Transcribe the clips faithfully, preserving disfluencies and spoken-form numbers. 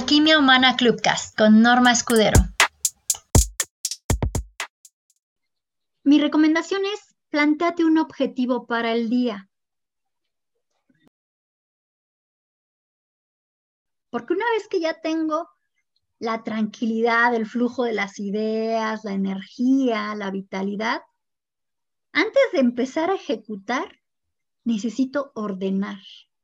Alquimia Humana Clubcast con Norma Escudero. Mi recomendación es: plantéate un objetivo para el día. Porque una vez que ya tengo la tranquilidad, el flujo de las ideas, la energía, la vitalidad, antes de empezar a ejecutar, necesito ordenar.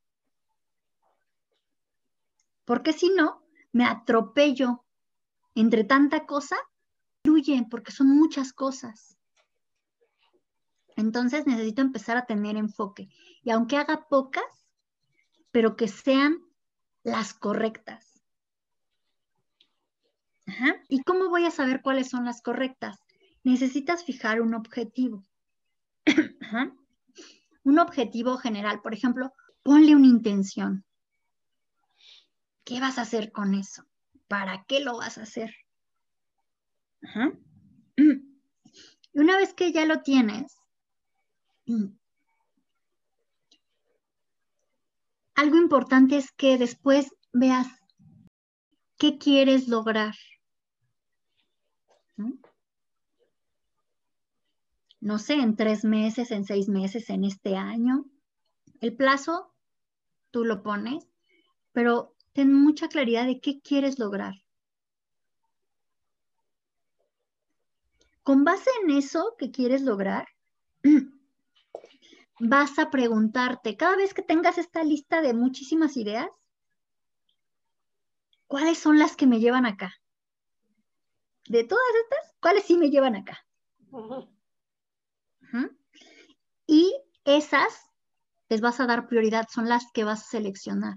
Porque si no, me atropello entre tanta cosa, fluye porque son muchas cosas. Entonces necesito empezar a tener enfoque. Y aunque haga pocas, pero que sean las correctas. Ajá. ¿Y cómo voy a saber cuáles son las correctas? Necesitas fijar un objetivo. Ajá. Un objetivo general. Por ejemplo, ponle una intención. ¿Qué vas a hacer con eso? ¿Para qué lo vas a hacer? Ajá. Y una vez que ya lo tienes, algo importante es que después veas qué quieres lograr. ¿No? No sé, en tres meses, en seis meses, en este año. El plazo, tú lo pones, pero ten mucha claridad de qué quieres lograr. Con base en eso que quieres lograr, vas a preguntarte, cada vez que tengas esta lista de muchísimas ideas, ¿cuáles son las que me llevan acá? De todas estas, ¿cuáles sí me llevan acá? Uh-huh. Uh-huh. Y esas les vas a dar prioridad, son las que vas a seleccionar.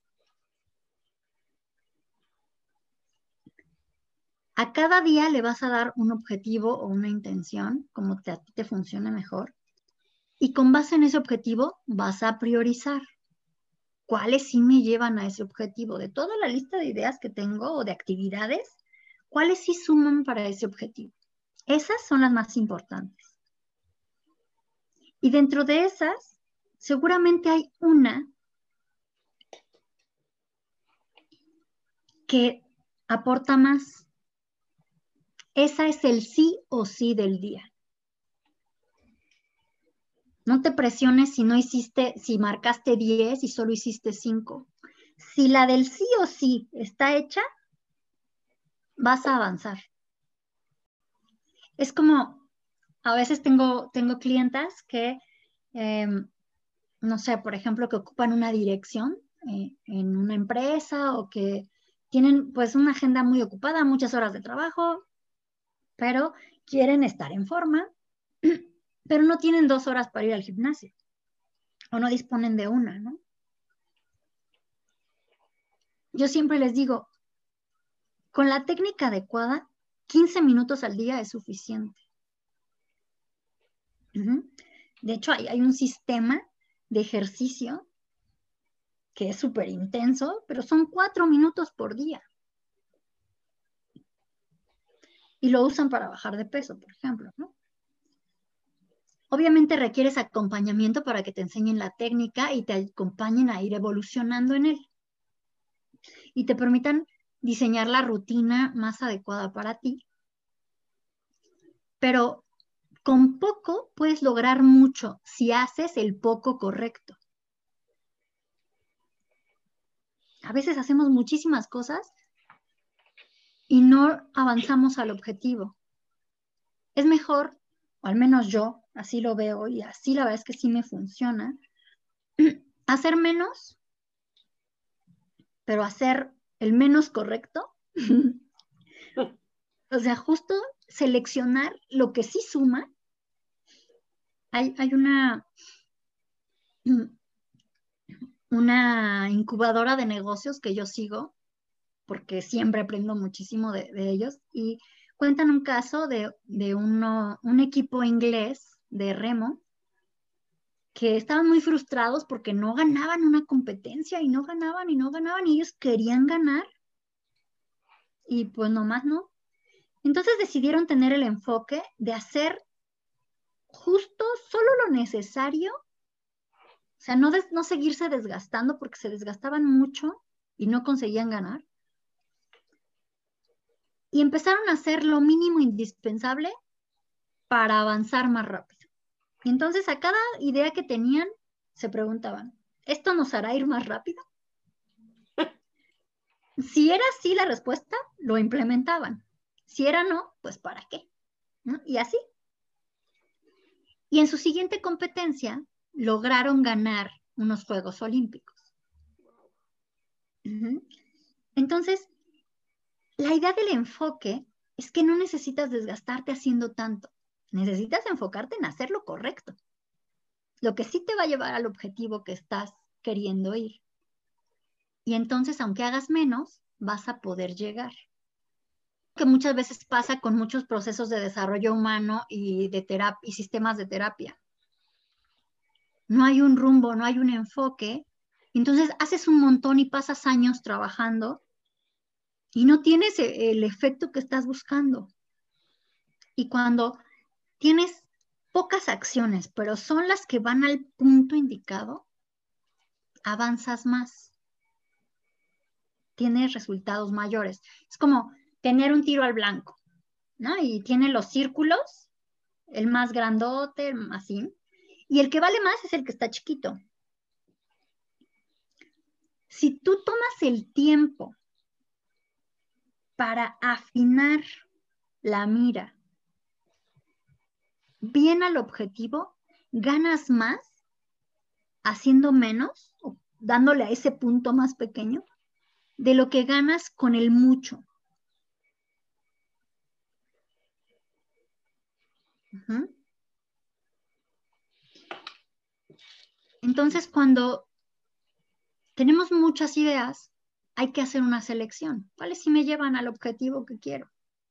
A cada día le vas a dar un objetivo o una intención, como te, a ti te funcione mejor. Y con base en ese objetivo vas a priorizar cuáles sí me llevan a ese objetivo. De toda la lista de ideas que tengo o de actividades, cuáles sí suman para ese objetivo. Esas son las más importantes. Y dentro de esas, seguramente hay una que aporta más. Esa es el sí o sí del día. No te presiones si no hiciste, si marcaste diez y solo hiciste cinco. Si la del sí o sí está hecha, vas a avanzar. Es como, a veces tengo, tengo clientas que, eh, no sé, por ejemplo, que ocupan una dirección eh, en una empresa o que tienen pues una agenda muy ocupada, muchas horas de trabajo, pero quieren estar en forma, pero no tienen dos horas para ir al gimnasio o no disponen de una, ¿no? Yo siempre les digo, con la técnica adecuada, quince minutos al día es suficiente. Uh-huh. De hecho, hay, hay un sistema de ejercicio que es súper intenso, pero son cuatro minutos por día. Y lo usan para bajar de peso, por ejemplo, ¿no? Obviamente requieres acompañamiento para que te enseñen la técnica y te acompañen a ir evolucionando en él. Y te permitan diseñar la rutina más adecuada para ti. Pero con poco puedes lograr mucho si haces el poco correcto. A veces hacemos muchísimas cosas y no avanzamos al objetivo. Es mejor, o al menos yo, así lo veo y así la verdad es que sí me funciona, hacer menos, pero hacer el menos correcto. O sea, justo seleccionar lo que sí suma. Hay, hay una, una incubadora de negocios que yo sigo, porque siempre aprendo muchísimo de, de ellos, y cuentan un caso de, de uno, un equipo inglés de remo que estaban muy frustrados porque no ganaban una competencia y no ganaban y no ganaban y ellos querían ganar y pues nomás no. Entonces decidieron tener el enfoque de hacer justo solo lo necesario, o sea, no, des, no seguirse desgastando porque se desgastaban mucho y no conseguían ganar, y empezaron a hacer lo mínimo indispensable para avanzar más rápido. Y entonces a cada idea que tenían, se preguntaban, ¿esto nos hará ir más rápido? Si era sí la respuesta, lo implementaban. Si era no, pues ¿para qué? ¿No? Y así. Y en su siguiente competencia lograron ganar unos Juegos Olímpicos. Uh-huh. Entonces, la idea del enfoque es que no necesitas desgastarte haciendo tanto. Necesitas enfocarte en hacer lo correcto. Lo que sí te va a llevar al objetivo que estás queriendo ir. Y entonces, aunque hagas menos, vas a poder llegar. Que muchas veces pasa con muchos procesos de desarrollo humano y de terapia y sistemas de terapia. No hay un rumbo, no hay un enfoque. Entonces haces un montón y pasas años trabajando y no tienes el efecto que estás buscando. Y cuando tienes pocas acciones, pero son las que van al punto indicado, avanzas más. Tienes resultados mayores. Es como tener un tiro al blanco, ¿no? Y tiene los círculos, el más grandote, así. Y el que vale más es el que está chiquito. Si tú tomas el tiempo para afinar la mira bien al objetivo, ganas más haciendo menos, o dándole a ese punto más pequeño, de lo que ganas con el mucho. Uh-huh. Entonces, cuando tenemos muchas ideas, hay que hacer una selección. ¿Cuáles sí me llevan al objetivo que quiero?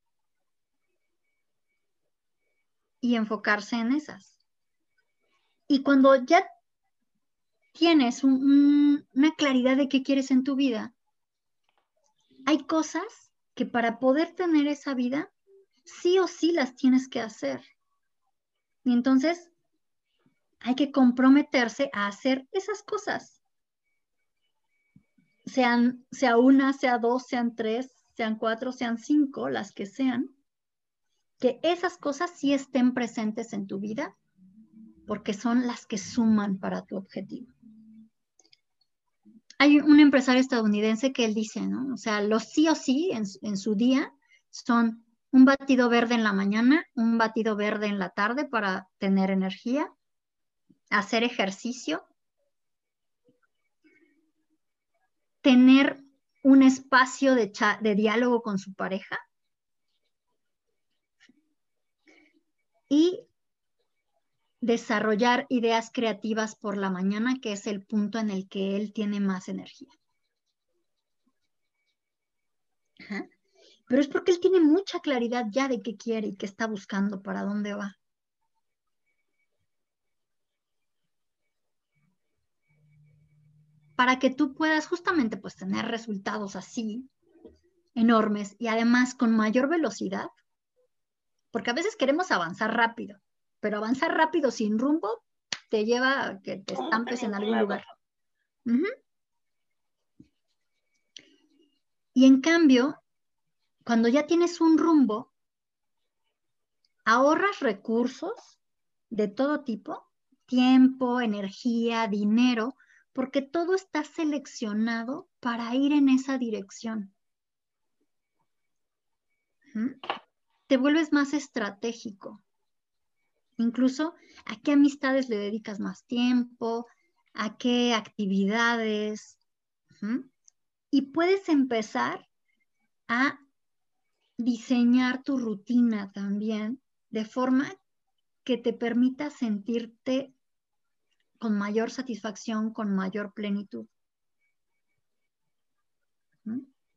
Y enfocarse en esas. Y cuando ya tienes un, un, una claridad de qué quieres en tu vida, hay cosas que para poder tener esa vida, sí o sí las tienes que hacer. Y entonces hay que comprometerse a hacer esas cosas. Sean, sea una, sea dos, sean tres, sean cuatro, sean cinco, las que sean, que esas cosas sí estén presentes en tu vida, porque son las que suman para tu objetivo. Hay un empresario estadounidense que él dice, ¿no? O sea, los sí o sí en, en su día son un batido verde en la mañana, un batido verde en la tarde para tener energía, hacer ejercicio, tener un espacio de, de diálogo con su pareja y desarrollar ideas creativas por la mañana, que es el punto en el que él tiene más energía. Ajá. Pero es porque él tiene mucha claridad ya de qué quiere y qué está buscando, para dónde va. Para que tú puedas justamente pues tener resultados así, enormes y además con mayor velocidad, porque a veces queremos avanzar rápido, pero avanzar rápido sin rumbo te lleva a que te estampes en algún lugar. Uh-huh. Y en cambio, cuando ya tienes un rumbo, ahorras recursos de todo tipo, tiempo, energía, dinero, porque todo está seleccionado para ir en esa dirección. ¿Mm? Te vuelves más estratégico. Incluso a qué amistades le dedicas más tiempo, a qué actividades. ¿Mm? Y puedes empezar a diseñar tu rutina también de forma que te permita sentirte con mayor satisfacción, con mayor plenitud. ¿Mm?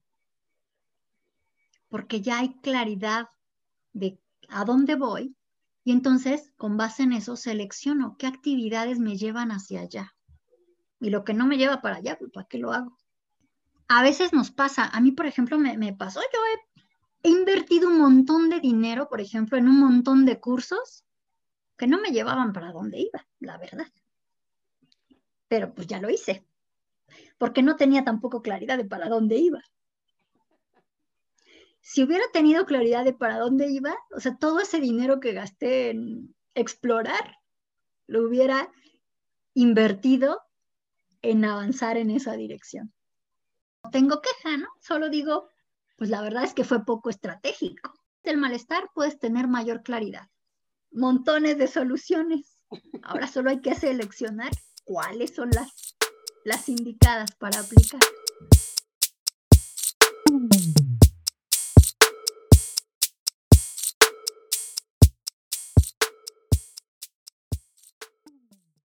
Porque ya hay claridad de a dónde voy y entonces con base en eso selecciono qué actividades me llevan hacia allá. Y lo que no me lleva para allá, pues ¿para qué lo hago? A veces nos pasa, a mí por ejemplo me, me pasó, yo he, he invertido un montón de dinero, por ejemplo, en un montón de cursos que no me llevaban para donde iba, la verdad. Pero pues ya lo hice, porque no tenía tampoco claridad de para dónde iba. si hubiera tenido claridad de para dónde iba, o sea, todo ese dinero que gasté en explorar, lo hubiera invertido en avanzar en esa dirección. No tengo queja, ¿no? Solo digo, pues la verdad es que fue poco estratégico. Del malestar puedes tener mayor claridad. Montones de soluciones. Ahora solo hay que seleccionar cuáles son las, las indicadas para aplicar.